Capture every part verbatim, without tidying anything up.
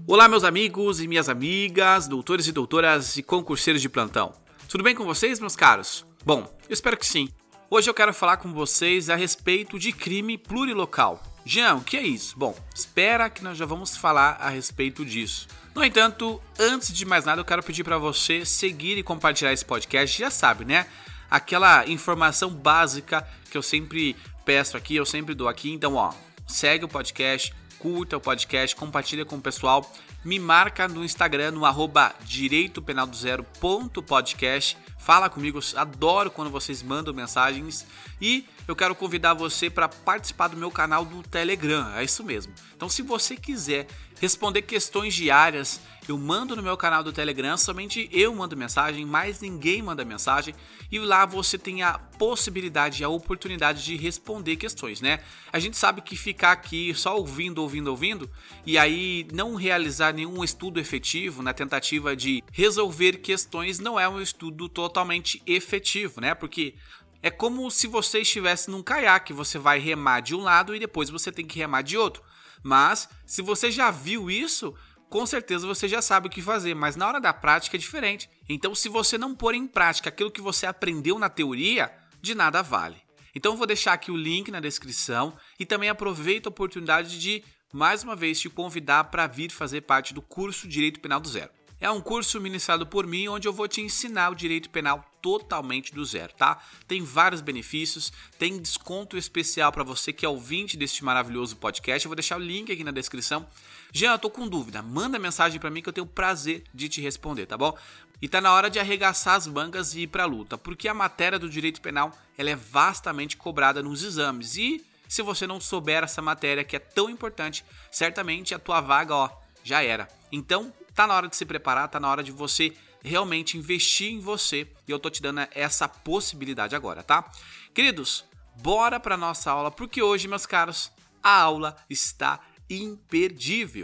Olá, meus amigos e minhas amigas, doutores e doutoras e concurseiros de plantão. Tudo bem com vocês, meus caros? Bom, eu espero que sim. Hoje eu quero falar com vocês a respeito de crime plurilocal. Jean, o que é isso? Bom, espera que nós já vamos falar a respeito disso. No entanto, antes de mais nada, eu quero pedir para você seguir e compartilhar esse podcast. Já sabe, né? Aquela informação básica que eu sempre peço aqui, eu sempre dou aqui. Então, ó, segue o podcast, curta o podcast, compartilha com o pessoal, me marca no Instagram no arroba direito penal do zero ponto podcast, fala comigo, eu adoro quando vocês mandam mensagens e eu quero convidar você para participar do meu canal do Telegram, é isso mesmo. Então se você quiser responder questões diárias, eu mando no meu canal do Telegram, somente eu mando mensagem, mais ninguém manda mensagem e lá você tem a possibilidade, a oportunidade de responder questões, né? A gente sabe que ficar aqui só ouvindo, ouvindo, ouvindo e aí não realizar nenhum estudo efetivo na tentativa de resolver questões não é um estudo totalmente efetivo, né? Porque é como se você estivesse num caiaque, você vai remar de um lado e depois você tem que remar de outro. Mas se você já viu isso, com certeza você já sabe o que fazer, mas na hora da prática é diferente. Então, se você não pôr em prática aquilo que você aprendeu na teoria, de nada vale. Então, eu vou deixar aqui o link na descrição e também aproveito a oportunidade de, mais uma vez, te convidar para vir fazer parte do curso Direito Penal do Zero. É um curso ministrado por mim, onde eu vou te ensinar o direito penal totalmente do zero, tá? Tem vários benefícios, tem desconto especial para você que é ouvinte deste maravilhoso podcast. Eu vou deixar o link aqui na descrição. Jean, eu tô com dúvida, manda mensagem para mim que eu tenho o prazer de te responder, tá bom? E tá na hora de arregaçar as mangas e ir pra luta, porque a matéria do direito penal ela é vastamente cobrada nos exames e se você não souber essa matéria que é tão importante, certamente a tua vaga, ó, já era. Então, tá na hora de se preparar, tá na hora de você realmente investir em você e eu tô te dando essa possibilidade agora, tá? Queridos, bora pra nossa aula, porque hoje, meus caros, a aula está imperdível.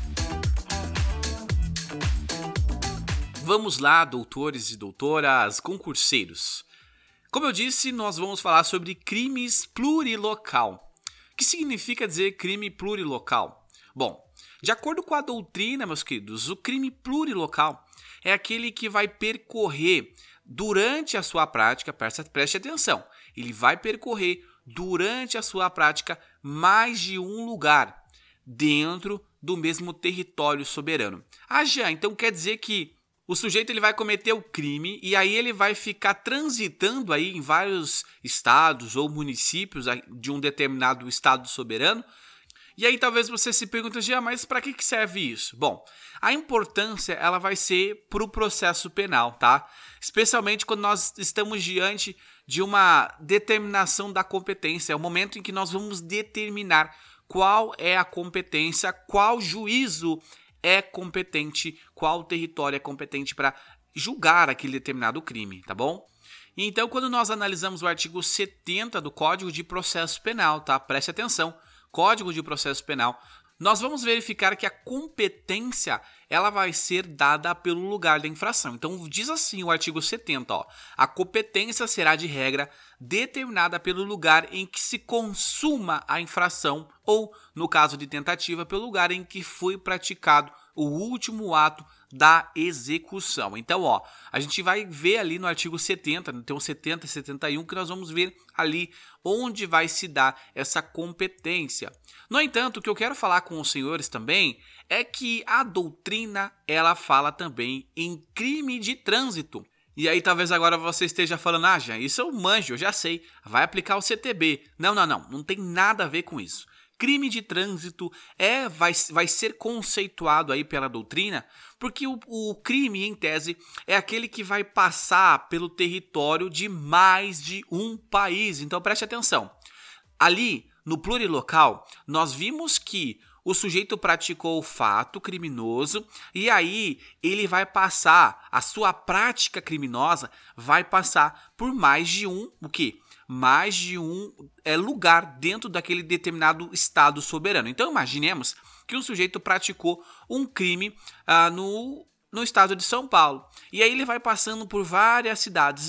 Vamos lá, doutores e doutoras, concurseiros. Como eu disse, nós vamos falar sobre crimes plurilocal. O que significa dizer crime plurilocal? Bom, de acordo com a doutrina, meus queridos, o crime plurilocal é aquele que vai percorrer durante a sua prática, preste, preste atenção, ele vai percorrer durante a sua prática mais de um lugar dentro do mesmo território soberano. Ah, já, então quer dizer que o sujeito ele vai cometer o crime e aí ele vai ficar transitando aí em vários estados ou municípios de um determinado estado soberano. E aí talvez você se pergunte, ah, mas para que serve isso? Bom, a importância ela vai ser para o processo penal, tá? Especialmente quando nós estamos diante de uma determinação da competência. É o momento em que nós vamos determinar qual é a competência, qual juízo é competente, qual território é competente para julgar aquele determinado crime, tá bom? Então, quando nós analisamos o artigo setenta do Código de Processo Penal, tá? Preste atenção. Código de Processo Penal, nós vamos verificar que a competência ela vai ser dada pelo lugar da infração. Então, diz assim o artigo setenta, ó, a competência será de regra determinada pelo lugar em que se consuma a infração ou, no caso de tentativa, pelo lugar em que foi praticado o último ato da execução. Então, ó, a gente vai ver ali no artigo setenta, tem o setenta e setenta e um, que nós vamos ver ali onde vai se dar essa competência. No entanto, o que eu quero falar com os senhores também é que a doutrina, ela fala também em crime de trânsito. E aí talvez agora você esteja falando, ah, já, isso eu manjo, eu já sei, vai aplicar o C T B. Não, não, não, não tem nada a ver com isso. Crime de trânsito é, vai, vai ser conceituado aí pela doutrina, porque o, o crime, em tese, é aquele que vai passar pelo território de mais de um país. Então preste atenção. Ali, no plurilocal, nós vimos que o sujeito praticou o fato criminoso e aí ele vai passar, a sua prática criminosa vai passar por mais de um, o quê? Mais de um é, lugar dentro daquele determinado estado soberano. Então imaginemos que um sujeito praticou um crime ah, no, no estado de São Paulo. E aí ele vai passando por várias cidades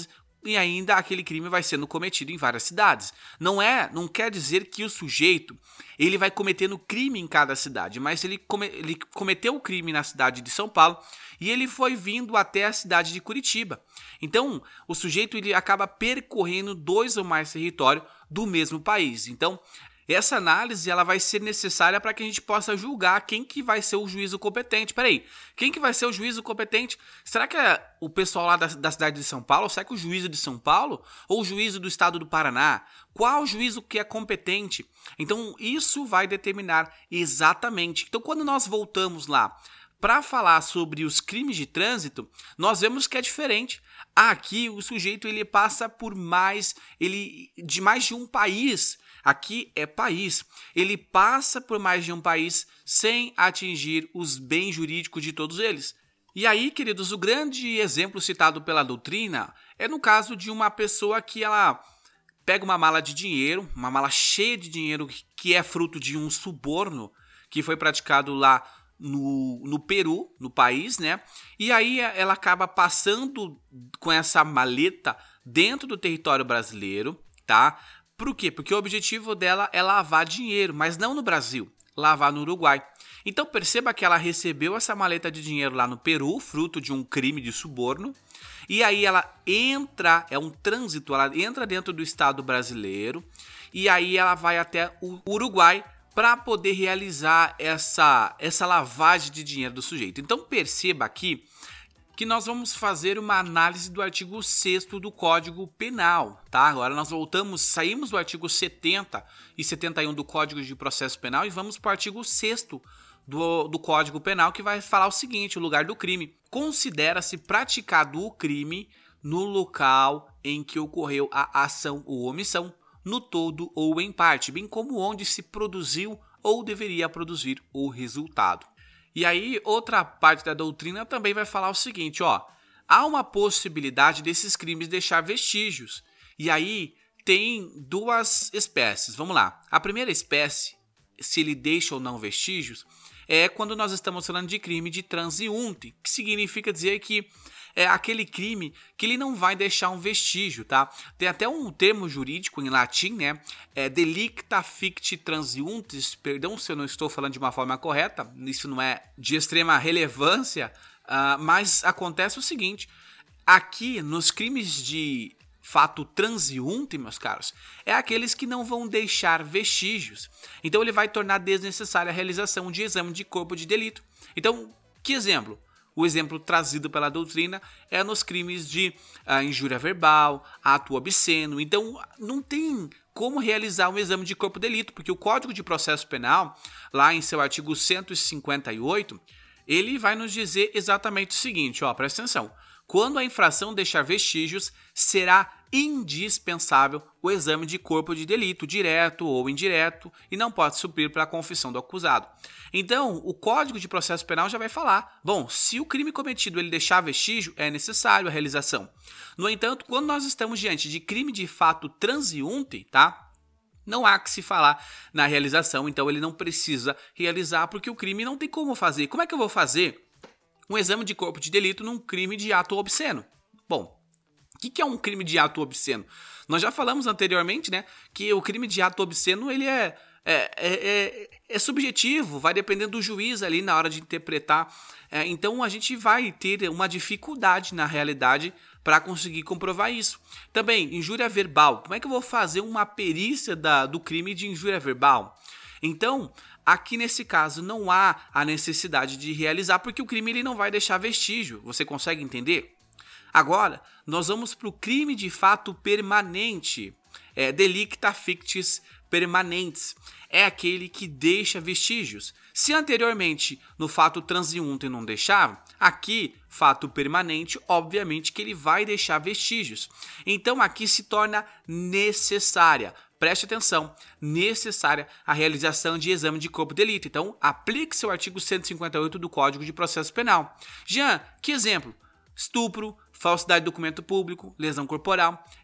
e ainda aquele crime vai sendo cometido em várias cidades. Não é, não quer dizer que o sujeito ele vai cometendo crime em cada cidade, mas ele, come, ele cometeu o crime na cidade de São Paulo e ele foi vindo até a cidade de Curitiba. Então, o sujeito ele acaba percorrendo dois ou mais territórios do mesmo país. Então, essa análise ela vai ser necessária para que a gente possa julgar quem que vai ser o juízo competente. Peraí, quem que vai ser o juízo competente? Será que é o pessoal lá da, da cidade de São Paulo? Será que o juízo de São Paulo? Ou o juízo do estado do Paraná? Qual juízo que é competente? Então, isso vai determinar exatamente. Então, quando nós voltamos lá para falar sobre os crimes de trânsito, nós vemos que é diferente. Aqui, o sujeito ele passa por mais, ele de mais de um país. Aqui é país. Ele passa por mais de um país sem atingir os bens jurídicos de todos eles. E aí, queridos, o grande exemplo citado pela doutrina é no caso de uma pessoa que ela pega uma mala de dinheiro, uma mala cheia de dinheiro que é fruto de um suborno que foi praticado lá no, no Peru, no país, né? E aí ela acaba passando com essa maleta dentro do território brasileiro, tá? Por quê? Porque o objetivo dela é lavar dinheiro, mas não no Brasil, lavar no Uruguai. Então perceba que ela recebeu essa maleta de dinheiro lá no Peru, fruto de um crime de suborno, e aí ela entra, é um trânsito, ela entra dentro do estado brasileiro, e aí ela vai até o Uruguai para poder realizar essa, essa lavagem de dinheiro do sujeito. Então perceba aqui que nós vamos fazer uma análise do artigo sexto do Código Penal, tá? Agora nós voltamos, saímos do artigo setenta e setenta e um do Código de Processo Penal e vamos para o artigo sexto do, do Código Penal, que vai falar o seguinte: o lugar do crime. Considera-se praticado o crime no local em que ocorreu a ação ou omissão, no todo ou em parte, bem como onde se produziu ou deveria produzir o resultado. E aí, outra parte da doutrina também vai falar o seguinte, ó, há uma possibilidade desses crimes deixar vestígios. E aí, tem duas espécies. Vamos lá. A primeira espécie, se ele deixa ou não vestígios, é quando nós estamos falando de crime de transeunte, que significa dizer que é aquele crime que ele não vai deixar um vestígio, tá? Tem até um termo jurídico em latim, né? É delicta ficti transeuntis, perdão se eu não estou falando de uma forma correta, isso não é de extrema relevância, uh, mas acontece o seguinte, aqui nos crimes de fato transeunte, meus caros, é aqueles que não vão deixar vestígios. Então ele vai tornar desnecessária a realização de exame de corpo de delito. Então, que exemplo? O exemplo trazido pela doutrina é nos crimes de uh, injúria verbal, ato obsceno. Então, não tem como realizar um exame de corpo de delito, porque o Código de Processo Penal, lá em seu artigo cento e cinquenta e oito, ele vai nos dizer exatamente o seguinte, ó, presta atenção. Quando a infração deixar vestígios, será indispensável o exame de corpo de delito, direto ou indireto, e não pode suprir para a confissão do acusado. Então, o Código de Processo Penal já vai falar, bom, se o crime cometido ele deixar vestígio, é necessário a realização. No entanto, quando nós estamos diante de crime de fato transeunte, tá? Não há que se falar na realização, então ele não precisa realizar, porque o crime não tem como fazer. Como é que eu vou fazer um exame de corpo de delito num crime de ato obsceno? Bom, o que, que é um crime de ato obsceno? Nós já falamos anteriormente, né, que o crime de ato obsceno ele é, é, é, é subjetivo, vai dependendo do juiz ali na hora de interpretar. É, então a gente vai ter uma dificuldade na realidade para conseguir comprovar isso. Também, injúria verbal. Como é que eu vou fazer uma perícia da, do crime de injúria verbal? Então, aqui nesse caso não há a necessidade de realizar, porque o crime ele não vai deixar vestígio. Você consegue entender? Agora, nós vamos para o crime de fato permanente, é, delicta fictis permanentes, é aquele que deixa vestígios. Se anteriormente no fato transeunte não deixava, aqui, fato permanente, obviamente que ele vai deixar vestígios. Então aqui se torna necessária, preste atenção, necessária a realização de exame de corpo de delito. Então aplique-se o artigo cento e cinquenta e oito do Código de Processo Penal. Jean, que exemplo? Estupro, falsidade de documento público, lesão corporal.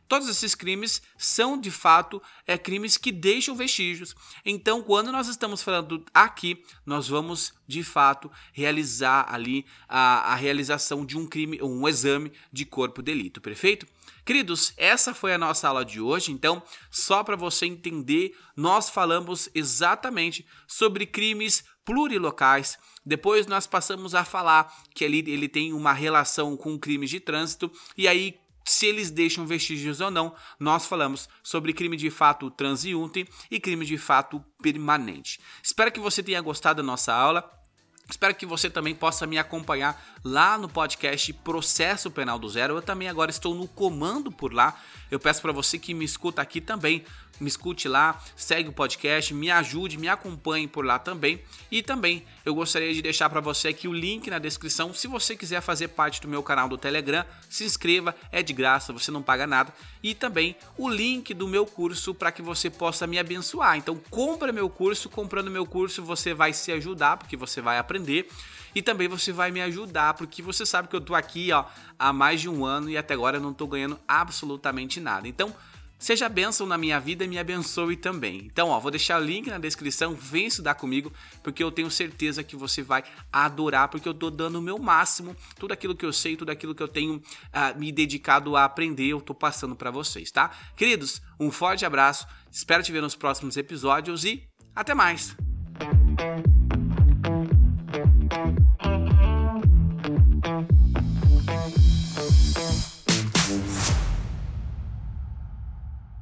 todos esses crimes são de fato é, crimes que deixam vestígios. Então, quando nós estamos falando aqui, nós vamos de fato realizar ali a, a realização de um crime, um exame de corpo de delito, perfeito? Queridos, essa foi a nossa aula de hoje, então, só para você entender, nós falamos exatamente sobre crimes plurilocais. Depois nós passamos a falar que ali ele tem uma relação com crimes de trânsito, e aí, se eles deixam vestígios ou não, nós falamos sobre crime de fato transeunte e crime de fato permanente. Espero que você tenha gostado da nossa aula. Espero que você também possa me acompanhar lá no podcast Processo Penal do Zero. Eu também agora estou no comando por lá. Eu peço para você que me escuta aqui também, me escute lá, segue o podcast, me ajude, me acompanhe por lá também. E também eu gostaria de deixar para você aqui o link na descrição. Se você quiser fazer parte do meu canal do Telegram, se inscreva, é de graça, você não paga nada. E também o link do meu curso para que você possa me abençoar. Então compra meu curso, comprando meu curso você vai se ajudar, porque você vai aprender. E também você vai me ajudar, porque você sabe que eu tô aqui ó, há mais de um ano e até agora eu não tô ganhando absolutamente nada. Então, seja bênção na minha vida e me abençoe também. Então, ó, vou deixar o link na descrição, vem estudar comigo, porque eu tenho certeza que você vai adorar, porque eu tô dando o meu máximo, tudo aquilo que eu sei, tudo aquilo que eu tenho uh, me dedicado a aprender, eu tô passando para vocês, tá? Queridos, um forte abraço, espero te ver nos próximos episódios e até mais!